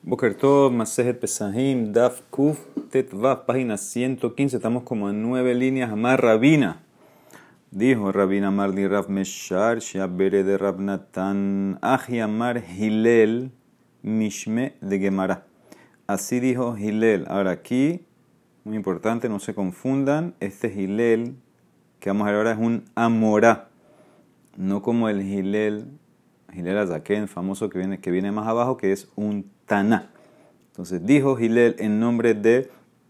Boker Tov, Masejet Pesahim, Daf Kuf, Tetvav, página 115. Estamos como en 9 líneas. Amar Rabina. Dijo Rabina Marli Rav Meshar, Sheabere de Rav Natan, Aji Amar Hilel, Mishme de Gemara. Así dijo Hilel. Ahora aquí, muy importante, no se confundan. Este Hilel que vamos a ver ahora es un Amorá. No como el Hilel Azaken, famoso que viene más abajo, que es un Taná. Entonces dijo Hilel en nombre de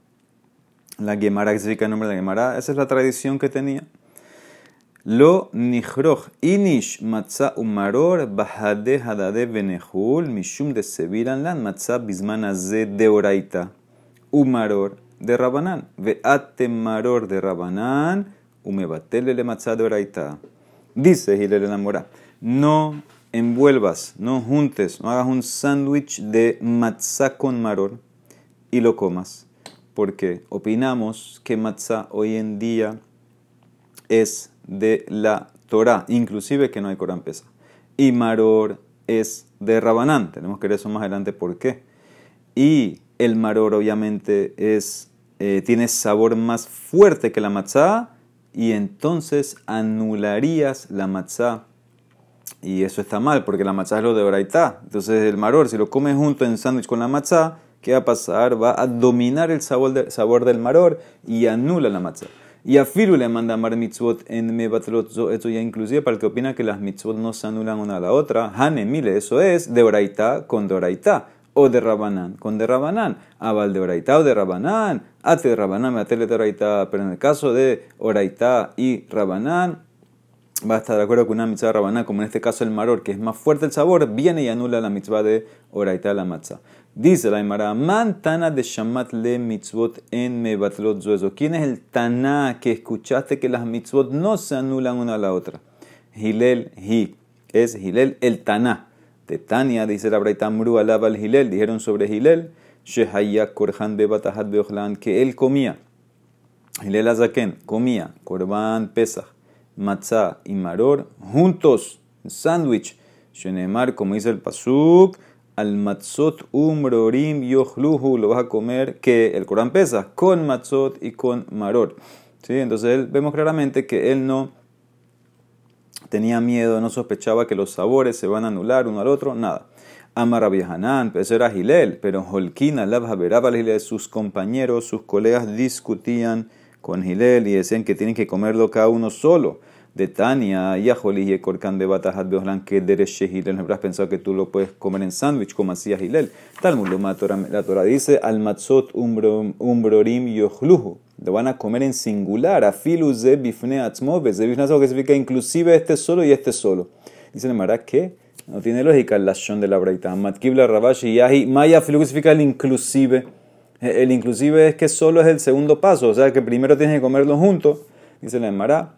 la Gemara, que significa el nombre de la Gemara. Esa es la tradición que tenía. Lo nihroj inish matzah umaror bahade hadade benehul mishum de seviran lan matzah bismanaze de oraita umaror de rabanán veate maror de rabanán umebatele le matzah de oraita. Dice Hilel en la Morá, no envuelvas, no juntes, no hagas un sándwich de matzá con maror y lo comas. Porque opinamos que matzá hoy en día es de la Torá, inclusive que no hay Corán Pesaj. Y maror es de Rabanán. Tenemos que ver eso más adelante por qué. Y el maror obviamente tiene sabor más fuerte que la matzá y entonces anularías la matzá. Y eso está mal, porque la matzá es lo de oraitá. Entonces el maror, si lo comes junto en sándwich con la matzá, ¿qué va a pasar? Va a dominar el sabor del maror y anula la matzá. Y a Filu le manda amar mitzvot en mebatlot zo, esto ya inclusive para el que opina que las mitzvot no se anulan una a la otra. Hanemile, eso es de oraitá con de oraitá, o de rabanán con de rabanán. Abal de oraitá o de rabanán, ate de rabanán, me atele de oraitá. Pero en el caso de oraitá y rabanán, va a estar de acuerdo con una mitzvah de rabanán, como en este caso el maror, que es más fuerte el sabor, viene y anula la mitzvah de oraitá la matzah. Dice la Gemara, man tana de shamat le mitzvot en mebatlot zoezo. ¿Quién es el taná que escuchaste que las mitzvot no se anulan una a la otra? Hilel es Hilel el taná. De Tania, dice la Braita Amru alaba al Hilel, dijeron sobre Hilel, shehaya korhan bebatahat beochlan, que él comía, Hilel Azaken, comía korban pesach, matzah y maror juntos, sándwich, shenemar, como dice el pasuk, al matzot umrorim yochluhu, lo vas a comer, que el Corán pesa, con matzot y con maror. ¿Sí? Entonces vemos claramente que él no tenía miedo, no sospechaba que los sabores se van a anular uno al otro, nada. Amar Rabbi Hanan, eso era Hilel, pero Holkina, Labhaberab Hilel, sus compañeros, sus colegas discutían con Hilel y decían que tienen que comerlo cada uno solo. De Tania, Yaholi y Korkan de Batahat Beohlan, que Deresh Hilel, no habrás pensado que tú lo puedes comer en sándwich, como hacía Hilel. Talmud, la Torah dice, al matzot umbrorim yochluhu, lo van a comer en singular, afilu ze bifne atzmo, ze bifne atzmo, que significa inclusive este solo y este solo. Dice el Mará que no tiene lógica el lashon de la Braita. Matkibla Rabashi Yahi, Maya afilu, que significa el inclusive. El inclusive es que solo es el segundo paso, o sea que primero tienes que comerlo juntos. Dice el Mará.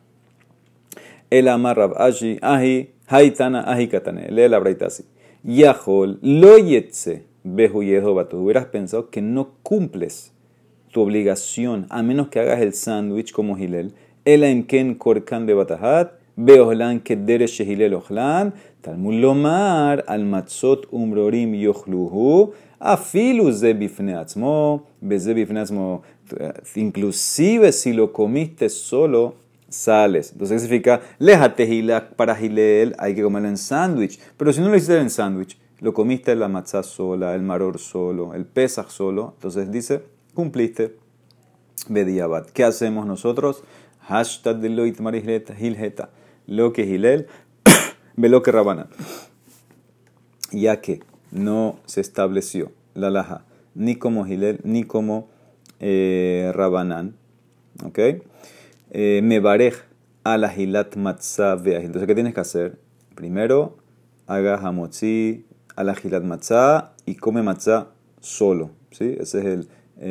El amar Rab Ashi, ahi, haitana, ahi katane. Lee la Braita así. Yahol, lo yetse, behu yedo batu. Hubieras pensado que no cumples tu obligación a menos que hagas el sándwich como Hilel. Ela imken korkan bebatahat, beohlan que deresh Hilel ohlan, talmud lomar al matzot umbrorim yochluhu, afilu ze bifne atzmo, beze bifne atzmo. Inclusive si lo comiste solo, sales. Entonces, ¿qué significa? Léjate hilak para Hilel, hay que comerlo en sándwich. Pero si no lo hiciste en sándwich, lo comiste en la matzah sola, el maror solo, el pesach solo, entonces dice, cumpliste bediabat. ¿Qué hacemos nosotros? Hashtag de lo itmar hilheta. Lo que Hilel, ve lo que Rabanán. Ya que no se estableció la laja, ni como Hilel, ni como Rabanán. ¿Ok? Mebarej a la hilat matzah veah. Entonces, ¿qué tienes que hacer? Primero, haga hamotzi a la hilat matzah y come matzah solo. ¿Sí? Ese es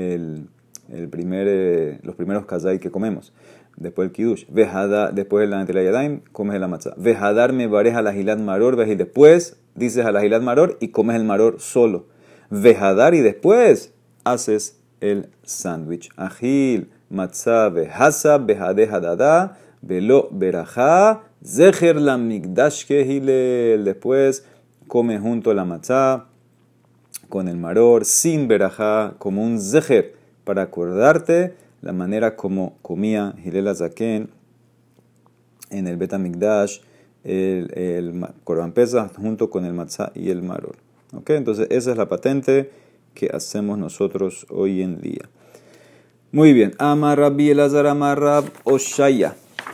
los primeros kazai que comemos. Después el kiddush. Después de la antela yadayim, comes la matzah. Vejadar mebarej a la hilat maror. Y después dices a la hilat maror y comes el maror solo. Vejadar y después haces el sándwich. Ajil. Matzah behasa behade hadada velo berajá zecher la migdash que Hilel. Después come junto la matzah con el maror, sin verajá, como un zeher, para acordarte la manera como comía Hillel Azaken en el Bet HaMikdash, el Korban Pesach, junto con el matzah y el maror. ¿Ok? Entonces, esa es la patente que hacemos nosotros hoy en día. Muy bien. Amar Rabbi Elazar Amar Rab Oshaya.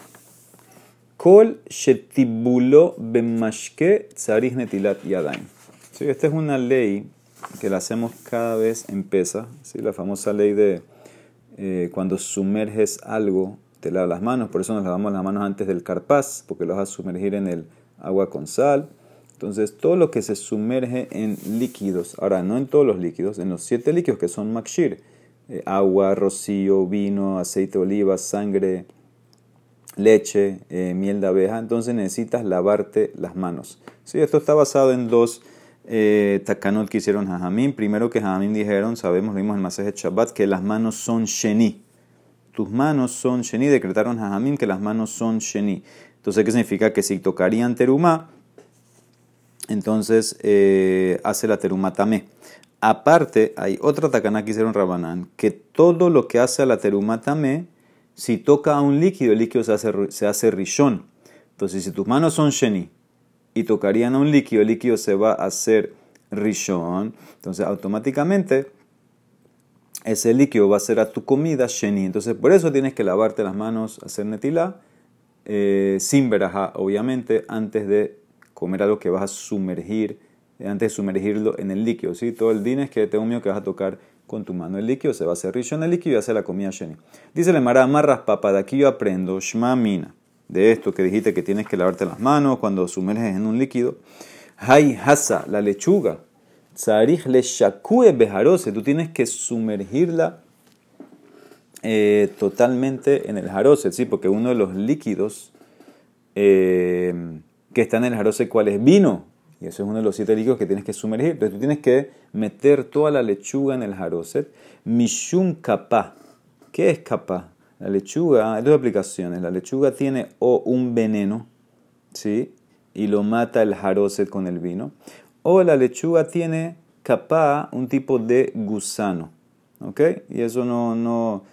Kol shetibulo bemashke tzarich netilat yadayim. Sí, esta es una ley que la hacemos cada vez en Pesach, ¿sí? La famosa ley de cuando sumerges algo, te lavas las manos, por eso nos lavamos las manos antes del carpaz, porque lo vas a sumergir en el agua con sal. Entonces, todo lo que se sumerge en líquidos, ahora no en todos los líquidos, en los 7 líquidos que son makshir, agua, rocío, vino, aceite de oliva, sangre, leche, miel de abeja, entonces necesitas lavarte las manos. Sí, esto está basado en dos takanot que hicieron Jajamim. Primero que Jajamim dijeron, sabemos, lo vimos en Masejet Shabbat, que las manos son sheni. Tus manos son sheni, decretaron Jajamim que las manos son sheni. Entonces, ¿qué significa? Que si tocarían terumá, entonces hace la terumá tamé. Aparte, hay otra takaná que hicieron Rabanán, que todo lo que hace a la terumá tamé, si toca a un líquido, el líquido se hace rishon. Entonces, si tus manos son sheni y tocarían a un líquido, el líquido se va a hacer rishon. Entonces, automáticamente, ese líquido va a ser a tu comida sheni. Entonces, por eso tienes que lavarte las manos, hacer netilá, sin verajá, obviamente, antes de comer algo que vas a sumergir, antes de sumergirlo en el líquido. ¿Sí? Todo el din es que tengo miedo que vas a tocar con tu mano el líquido, se va a hacer rishon el líquido y hace la comida sheni. Dice la Emara, amarras papa, de aquí yo aprendo, shma mina, de esto que dijiste que tienes que lavarte las manos cuando sumerges en un líquido. Hay hasa, la lechuga, tzarich le shakue bejarose, tú tienes que sumergirla totalmente en el jaroset, ¿sí? Porque uno de los líquidos que está en el jaroset, ¿cuál es? Vino. Y eso es uno de los 7 líquidos que tienes que sumergir. Entonces tú tienes que meter toda la lechuga en el jaroset. Mishum kapá. ¿Qué es kapá? La lechuga, hay 2 aplicaciones. La lechuga tiene o un veneno, ¿sí? Y lo mata el jaroset con el vino. O la lechuga tiene kapá, un tipo de gusano. ¿Ok? Y eso no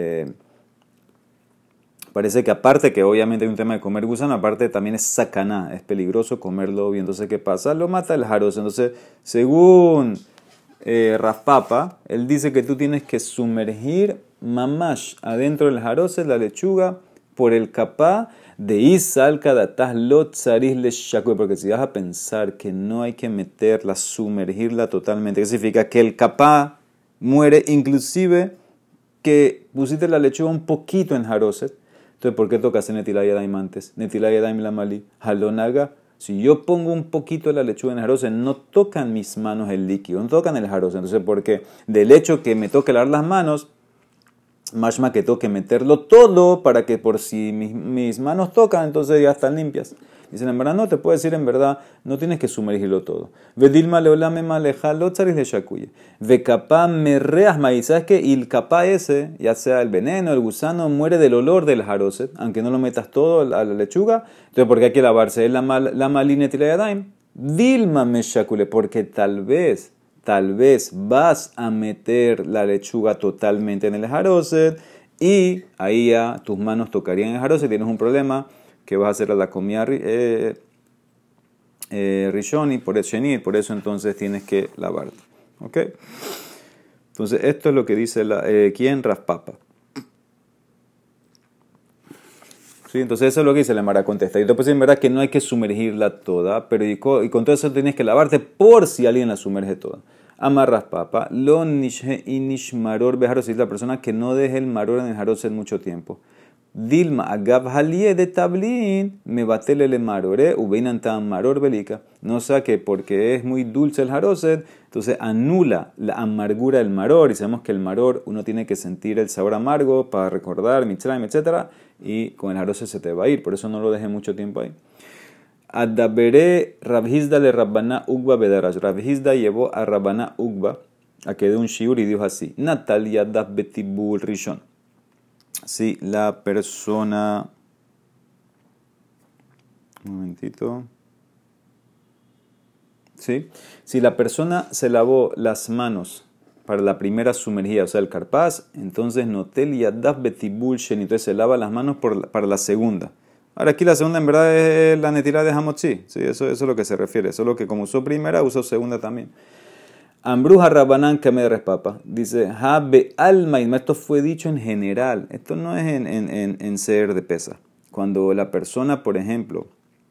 parece que aparte que obviamente hay un tema de comer gusano, aparte también es sacaná, es peligroso comerlo bien. Entonces, ¿qué pasa? Lo mata el jaroz. Entonces, según Raspapa, él dice que tú tienes que sumergir mamash adentro del jaroz, la lechuga, por el capá de isal kadatas lot zaris le shakue. Porque si vas a pensar que no hay que meterla, sumergirla totalmente, ¿qué significa? Que el capá muere, inclusive que pusiste la lechuga un poquito en jaroset. Entonces, ¿por qué toca hacer netilah yadayim antes? Netilah yadayim la malí. Halonaga. Si yo pongo un poquito de la lechuga en el jaroset, no tocan mis manos el líquido, no tocan el jaroset. Entonces, porque del hecho que me toque lavar las manos, mashma que tengo que meterlo todo para que por si mis manos tocan, entonces ya están limpias. Dicen, en verdad no, te puedo decir en verdad, no tienes que sumergirlo todo. Vedilma leolame maleja lotzaris le shakuye. Ve capá me reas maíz. ¿Sabes qué? Y el capá ese, ya sea el veneno, el gusano, muere del olor del jaroset, aunque no lo metas todo a la lechuga. Entonces, ¿por qué hay que lavarse? Es la malinetila yadaim. Dilma me shakule, porque tal vez vas a meter la lechuga totalmente en el jaroset y ahí ya tus manos tocarían el jaroset, tienes un problema que vas a hacer a la comida rishoni, por eso entonces tienes que lavarte. ¿Ok? Entonces esto es lo que dice ¿quién? Raspapa. ¿Sí? Entonces eso es lo que dice la Mara contesta. Y te puedo decir en verdad que no hay que sumergirla toda, pero y con todo eso tienes que lavarte por si alguien la sumerge toda. Amarras papa, lo nishhe inish maror bejaros, es la persona que no deje el maror en el jaroset mucho tiempo. Dilma agav halie de tablin me batelele marore ubeinan tan maror belica. No sé que porque es muy dulce el jaroset, entonces anula la amargura del maror. Y sabemos que el maror uno tiene que sentir el sabor amargo para recordar Mitzrayim, etc. Y con el jaroset se te va a ir, por eso no lo deje mucho tiempo ahí. Adabere Rabhizda le Rabbana Ugba Bedarash. Rabhizda llevó a Rabbana Ugba a que dé un shiur y dijo así: Natalia daf betibul rishon. Si la persona. Un momentito. ¿sí? Si la persona se lavó las manos para la primera sumergida, o sea, el carpaz, entonces notel yadav betibul shen, entonces se lava las manos para la segunda. Ahora aquí la segunda en verdad es la netilá de hamotzi, ¿sí? Eso es lo que se refiere, solo que como usó primera, usó segunda también. Ambruja Rabanán que me respapa. Dice, Habe alma, esto fue dicho en general, esto no es en ser de pesa. Cuando la persona, por ejemplo,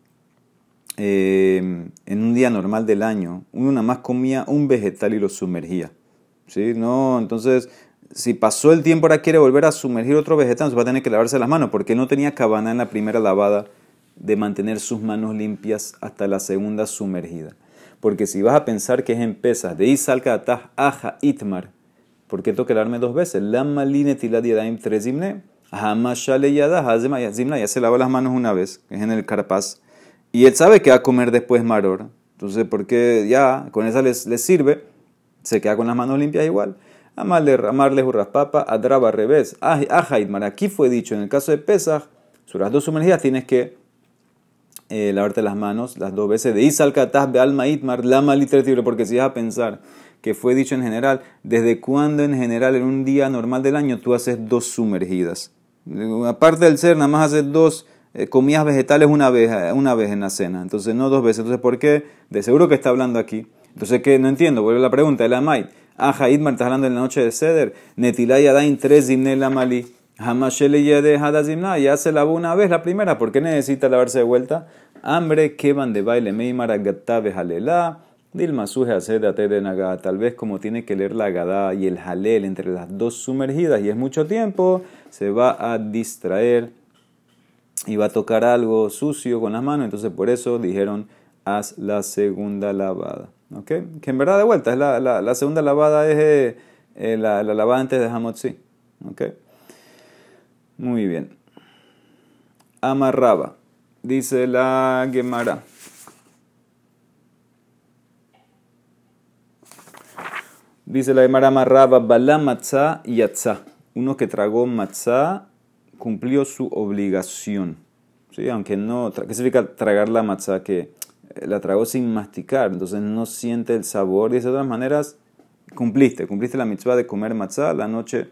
en un día normal del año, uno nada más comía un vegetal y lo sumergía. ¿Sí? No, entonces, si pasó el tiempo, ahora quiere volver a sumergir otro vegetal, entonces va a tener que lavarse las manos, porque no tenía cabana en la primera lavada de mantener sus manos limpias hasta la segunda sumergida. Porque si vas a pensar que es en pesas, de Isalka Atah Aja Itmar, ¿por qué tengo que lavarme dos veces? La maline tiladiadaim tres zimne, Hamashale Yadah, Zimna, ya se lava las manos una vez, que es en el carpaz, y él sabe que va a comer después maror, entonces, porque ya con esa les sirve, se queda con las manos limpias igual. Amarle Hurraspapa, Adraba al revés. Aja Itmar, aquí fue dicho, en el caso de Pesach, sobre las dos sumergidas tienes que lavarte las manos las dos veces. De Isal Katah be alma itmar lama literativo, porque si vas a pensar que fue dicho en general, ¿desde cuándo en general en un día normal del año tú haces dos sumergidas? Aparte del ser, nada más haces dos comidas vegetales una vez en la cena. Entonces no dos veces. Entonces, ¿por qué? De seguro que está hablando aquí. Entonces, ¿qué? No entiendo. Vuelve la pregunta. El Amait. Aja Itmar, estás hablando en la noche de Seder. Netilay Adain 3 Zimne Lamali. Hamashele Yede Hadazimna, ya se lavó una vez la primera, ¿por qué necesita lavarse de vuelta? Hambre, que van de baile, meimar agatabe jalela, dilma suje hacer de naga, tal vez como tiene que leer la agadá y el jalel entre las dos sumergidas y es mucho tiempo, se va a distraer y va a tocar algo sucio con las manos, entonces por eso dijeron, haz la segunda lavada. ¿Ok? Que en verdad de vuelta, es la segunda lavada es la lavada antes de hamotzi. ¿Ok? Muy bien. Amarraba. Dice la Gemara. Dice la Gemara amarraba. Bala matzah yatzah. Uno que tragó matzah cumplió su obligación. ¿Sí? Aunque no. ¿Qué significa tragar la matzah? Que la tragó sin masticar. Entonces no siente el sabor. Y de todas maneras, cumpliste la mitzvah de comer matzah la noche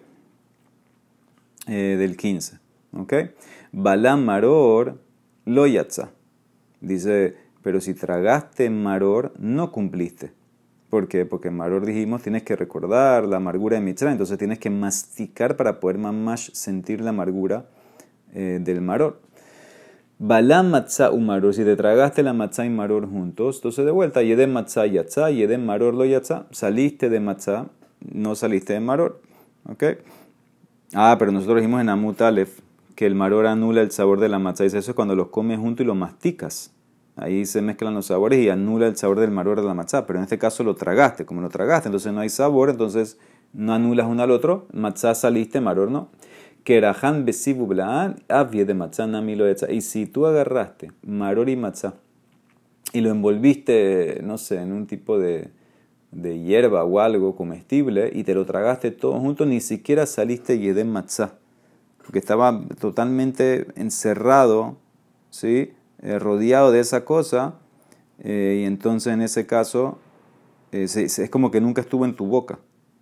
del 15. ¿Ok? Balam maror lo yatza. Dice, pero si tragaste maror, no cumpliste. ¿Por qué? Porque maror dijimos, tienes que recordar la amargura de Mitzrayim, entonces tienes que masticar para poder mamash sentir la amargura del maror. Balam matzah u maror, si te tragaste la matzah y maror juntos, entonces de vuelta, yedem matzah yatza, yedem maror lo yatza, saliste de matzah, no saliste de maror. ¿Ok? Pero nosotros dijimos en Amut Aleph que el maror anula el sabor de la matzah. Dice, eso es cuando los comes juntos y lo masticas. Ahí se mezclan los sabores y anula el sabor del maror de la matzah. Pero en este caso lo tragaste. Como lo tragaste, entonces no hay sabor, entonces no anulas uno al otro. Matzah saliste, maror no. Kerahan besibu blaan, avie de matzah nami lo echa. Y si tú agarraste maror y matzah y lo envolviste, no sé, en un tipo de hierba o algo comestible y te lo tragaste todo junto, ni siquiera saliste yedem matzah, porque estaba totalmente encerrado, ¿sí? Rodeado de esa cosa, y entonces en ese caso es como que nunca estuvo en tu boca.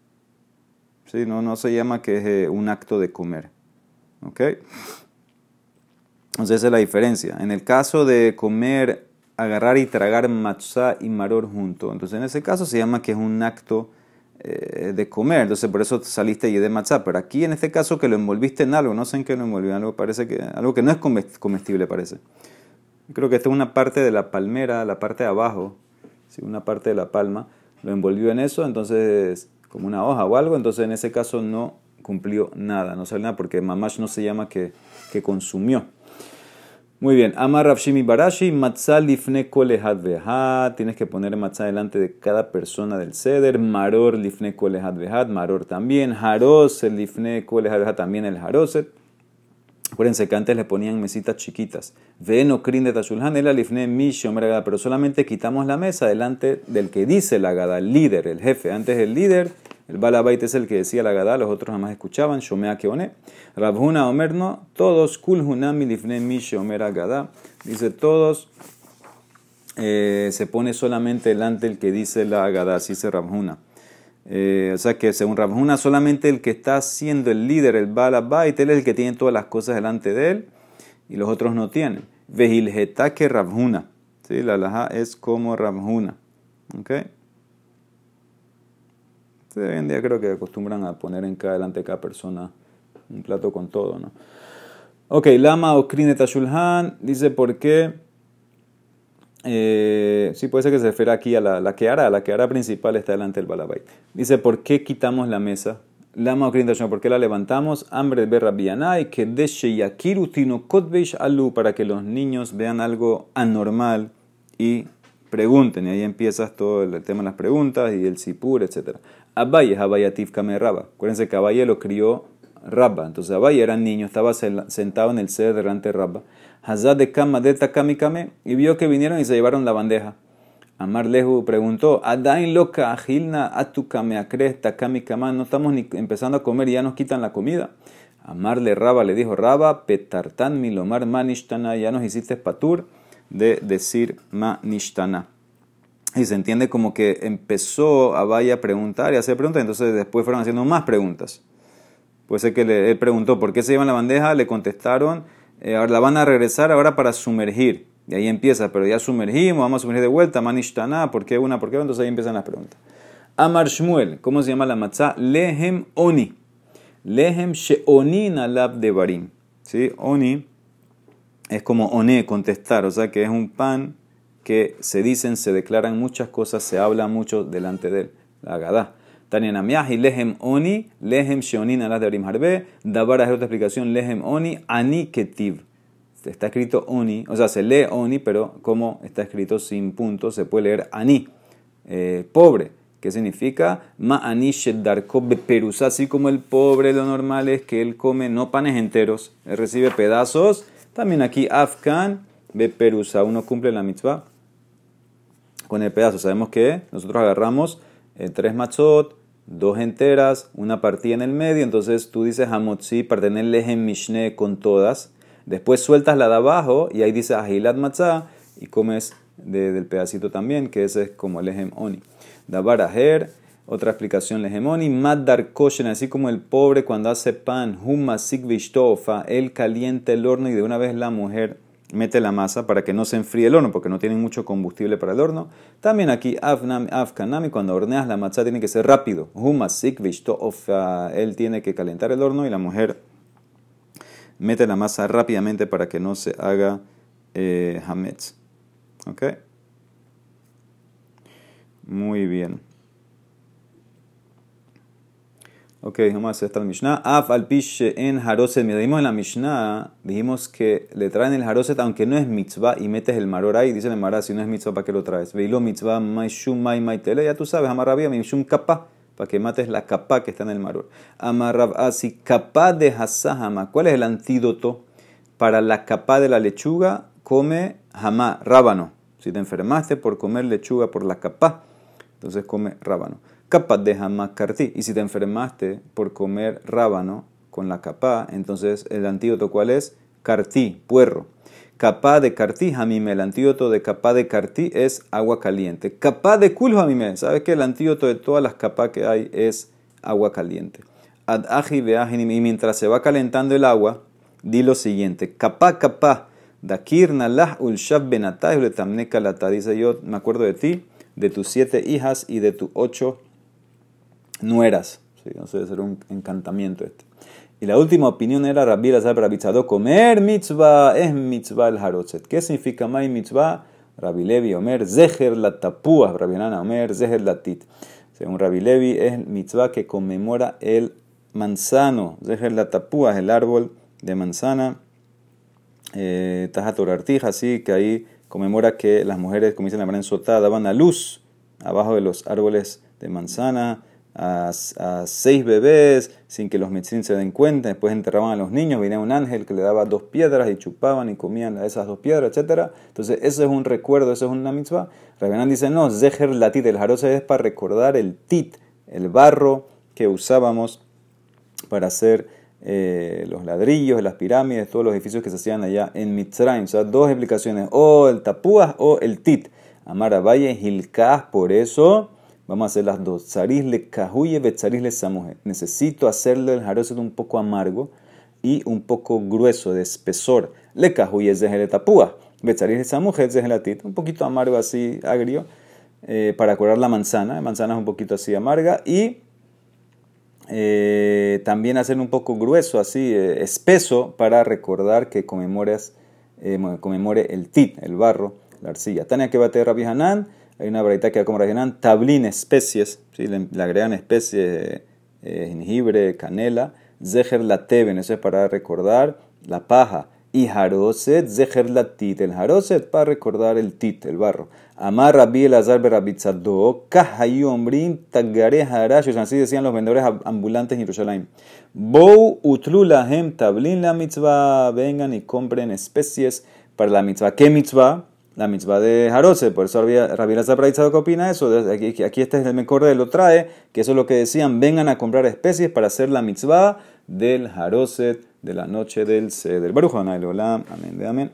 ¿Sí? No se llama que es un acto de comer. ¿Ok? Entonces esa es la diferencia. En el caso de comer, agarrar y tragar matzah y maror junto, entonces en ese caso se llama que es un acto de comer, entonces por eso saliste y de matzah, pero aquí en este caso que lo envolviste en algo, no sé en qué lo envolvió, algo que no es comestible parece. Creo que esta es una parte de la palmera, la parte de abajo, ¿sí? Una parte de la palma, lo envolvió en eso, entonces como una hoja o algo, entonces en ese caso no cumplió nada, no sale nada porque mamash no se llama que consumió. Muy bien, Amar Rav Shimi Barashi, matzah lifne kol ehad ve'ehad, tienes que poner matzah delante de cada persona del seder, maror lifne kol ehad ve'ehad, maror también, haroset lifne kol ehad ve'ehad, también el haroset. Acuérdense que antes le ponían mesitas chiquitas. Ve'eno krin de tashulhan, ela lifne mi shomer agada, pero solamente quitamos la mesa delante del que dice la agada, el líder, el jefe. Antes el líder, el balabait es el que decía la agada, los otros jamás escuchaban, shomea keone. Rabhuna omer no, todos kul hunami lifne mi shomer agada. Dice todos se pone solamente delante el que dice la Agadá, así dice Rav Huna. O sea que según Rav Huna, solamente el que está siendo el líder, el Baal Habayit, él es el que tiene todas las cosas delante de él y los otros no tienen. Vejiljetá que Rav Huna. ¿Sí? La halajá es como Rav Huna. ¿Ok? Sí, hoy en día creo que acostumbran a poner delante de cada persona un plato con todo, ¿no? Ok, Lama Okrinet Ashulhan dice por qué. Sí, puede ser que se refiere aquí a la queara principal está delante del balabait. Dice, ¿por qué quitamos la mesa? Lama Okrinet Ashulhan, ¿por qué la levantamos? Hambre de Rabbianai, que deshe yakiru tinokot beish alu, para que los niños vean algo anormal y pregunten. Y ahí empiezas todo el tema de las preguntas y el sipur, etc. Abaye, Abayatif Kame Rabba. Acuérdense que Abaye lo crió Rabba. Entonces Abaye era niño, estaba sentado en el sede delante de Rabba. Hazad de Kama de Takami Kame, y vio que vinieron y se llevaron la bandeja. Amar Lehu preguntó, Adain loka agilna atu kame akres takami kama, no estamos ni empezando a comer y ya nos quitan la comida. Amarle Rabba le dijo, Rabba, petartan milomar manishtana, ya nos hiciste patur de decir manishtana. Y se entiende como que empezó Abaye a preguntar y a hacer preguntas, entonces después fueron haciendo más preguntas. Puede ser que él preguntó, ¿por qué se llevan la bandeja? Le contestaron, ahora la van a regresar ahora para sumergir. Y ahí empieza, pero ya sumergimos, vamos a sumergir de vuelta, manishtana, ¿por qué una? ¿Por qué? Entonces ahí empiezan las preguntas. Amar Shmuel, ¿cómo se llama la matzá? Lehem oni. Lehem she'onin alab de barim. ¿Sí? Oni es como oné, contestar, o sea que es un pan que se dicen, se declaran muchas cosas, se habla mucho delante de él. La Agadá. Tanian Amiahi, lehem oni, lehem she'onin alab de barim harbe. Dabara es otra explicación, lehem oni, ani ketiv. Está escrito oni, o sea, se lee oni, pero como está escrito sin puntos, se puede leer ani, pobre. ¿Qué significa? Ma ani sheddarko beperusa, así como el pobre, lo normal es que él come no panes enteros, él recibe pedazos. También aquí afkan beperusa, uno cumple la mitzvah con el pedazo. Sabemos que nosotros agarramos 3 matzot, 2 enteras, una partida en el medio, entonces tú dices hamotzi para tener lehem mishne con todas. Después sueltas la de abajo y ahí dice ahilat matzah y comes del pedacito también, que ese es como el lehem oni. Dabar aher, otra explicación lehem oni. Maddar koshen, así como el pobre cuando hace pan, humma sikvishtofa, él calienta el horno y de una vez la mujer mete la masa para que no se enfríe el horno, porque no tienen mucho combustible para el horno. También aquí afkanami, cuando horneas la matzah tiene que ser rápido. Humma sikvishtofa, él tiene que calentar el horno y la mujer mete la masa rápidamente para que no se haga hametz. ¿Ok? Muy bien. Ok, vamos a hacer esta Mishnah. Af al pishe en haroset. Dijimos en la Mishnah, dijimos que le traen el haroset aunque no es mitzvah y metes el maror ahí. Dice el mará, si no es mitzvah, ¿para qué lo traes? Veilo mitzvah, maishum, maitele. Ya tú sabes, amarrabia, maishum kapá, para que mates la capá que está en el maror. Amarrab así, capá de hasahama. ¿Cuál es el antídoto para la capá de la lechuga? Come jamá, rábano. Si te enfermaste por comer lechuga por la capá, entonces come rábano. Capá de jamá cartí. Y si te enfermaste por comer rábano con la capá, entonces el antídoto ¿cuál es? Cartí, puerro. Capá de cartí, jamime. El antídoto de capá de cartí es agua caliente. Capá de kul, jamime. ¿Sabes que el antídoto de todas las capá que hay es agua caliente? Ad aji veajinim. Y mientras se va calentando el agua, di lo siguiente. Capá, capá. Dakir nalah ulshab benatay uletamne kalata. Dice, yo me acuerdo de ti, de tus 7 hijas y de tus 8 nueras. Sí, no sé, debe ser un encantamiento este. Y la última opinión era Rabbi Elazar Rabitzadó, comer mitzvah es mitzvah el harotzet. ¿Qué significa mai mitzvah? Rabbi Levi Omer, zeher la tapúa. Rabbi Nana Omer, zeher la tit. Según Rabbi Levi, es mitzvah que conmemora el manzano. Zeher la tapúa es el árbol de manzana. Tajator artija, así que ahí conmemora que las mujeres, como dicen la manera en Sotá, daban a luz abajo de los árboles de manzana a 6 bebés sin que los metzín se den cuenta. Después enterraban a los niños, venía un ángel que le daba 2 piedras y chupaban y comían esas 2 piedras, etc. Entonces eso es un recuerdo, eso es una mitzvah. Rabbenan dice no, zeher latit, el haroset es para recordar el tit, el barro que usábamos para hacer los ladrillos, las pirámides, todos los edificios que se hacían allá en Mitzrayim. O sea, 2 explicaciones, o el tapúas o el tit. Amar Abaye, Hilkah, por eso vamos a hacer las dos. Tzaris le kahuye, betzaris le samuje. Necesito hacerle el haroset un poco amargo y un poco grueso, de espesor. Le kahuye es de geletapúa. Betzaris le samuje es de gelatit. Un poquito amargo así, agrio, para curar la manzana. La manzana es un poquito así amarga. Y también hacer un poco grueso, así, espeso, para recordar que conmemore el tit, el barro, la arcilla. Tania que bate Rabbi Hanan. Hay una braita que da como Rabbi Hanan, tablín, especies, ¿sí? Le agregan especies, jengibre, canela, zeher lateben, eso es para recordar la paja, y haroset, zeher latit, el haroset para recordar el tit, el barro. Amar Rabbi Elazar be Rabbi Tzadok, kahayu ombrim tagare harashos, así decían los vendedores ambulantes en Jerusalén. Bou utlu lahem tablín la mitzvah, vengan y compren especies para la mitzvah. ¿Qué mitzvah? La mitzvah de Haroset, por eso Rabbi Elazar Braizado que opina eso, aquí este es el Mekorde, lo trae, que eso es lo que decían, vengan a comprar especies para hacer la mitzvah del Haroset de la noche del Seder. Baruch Hanay Leolam, amén de amén.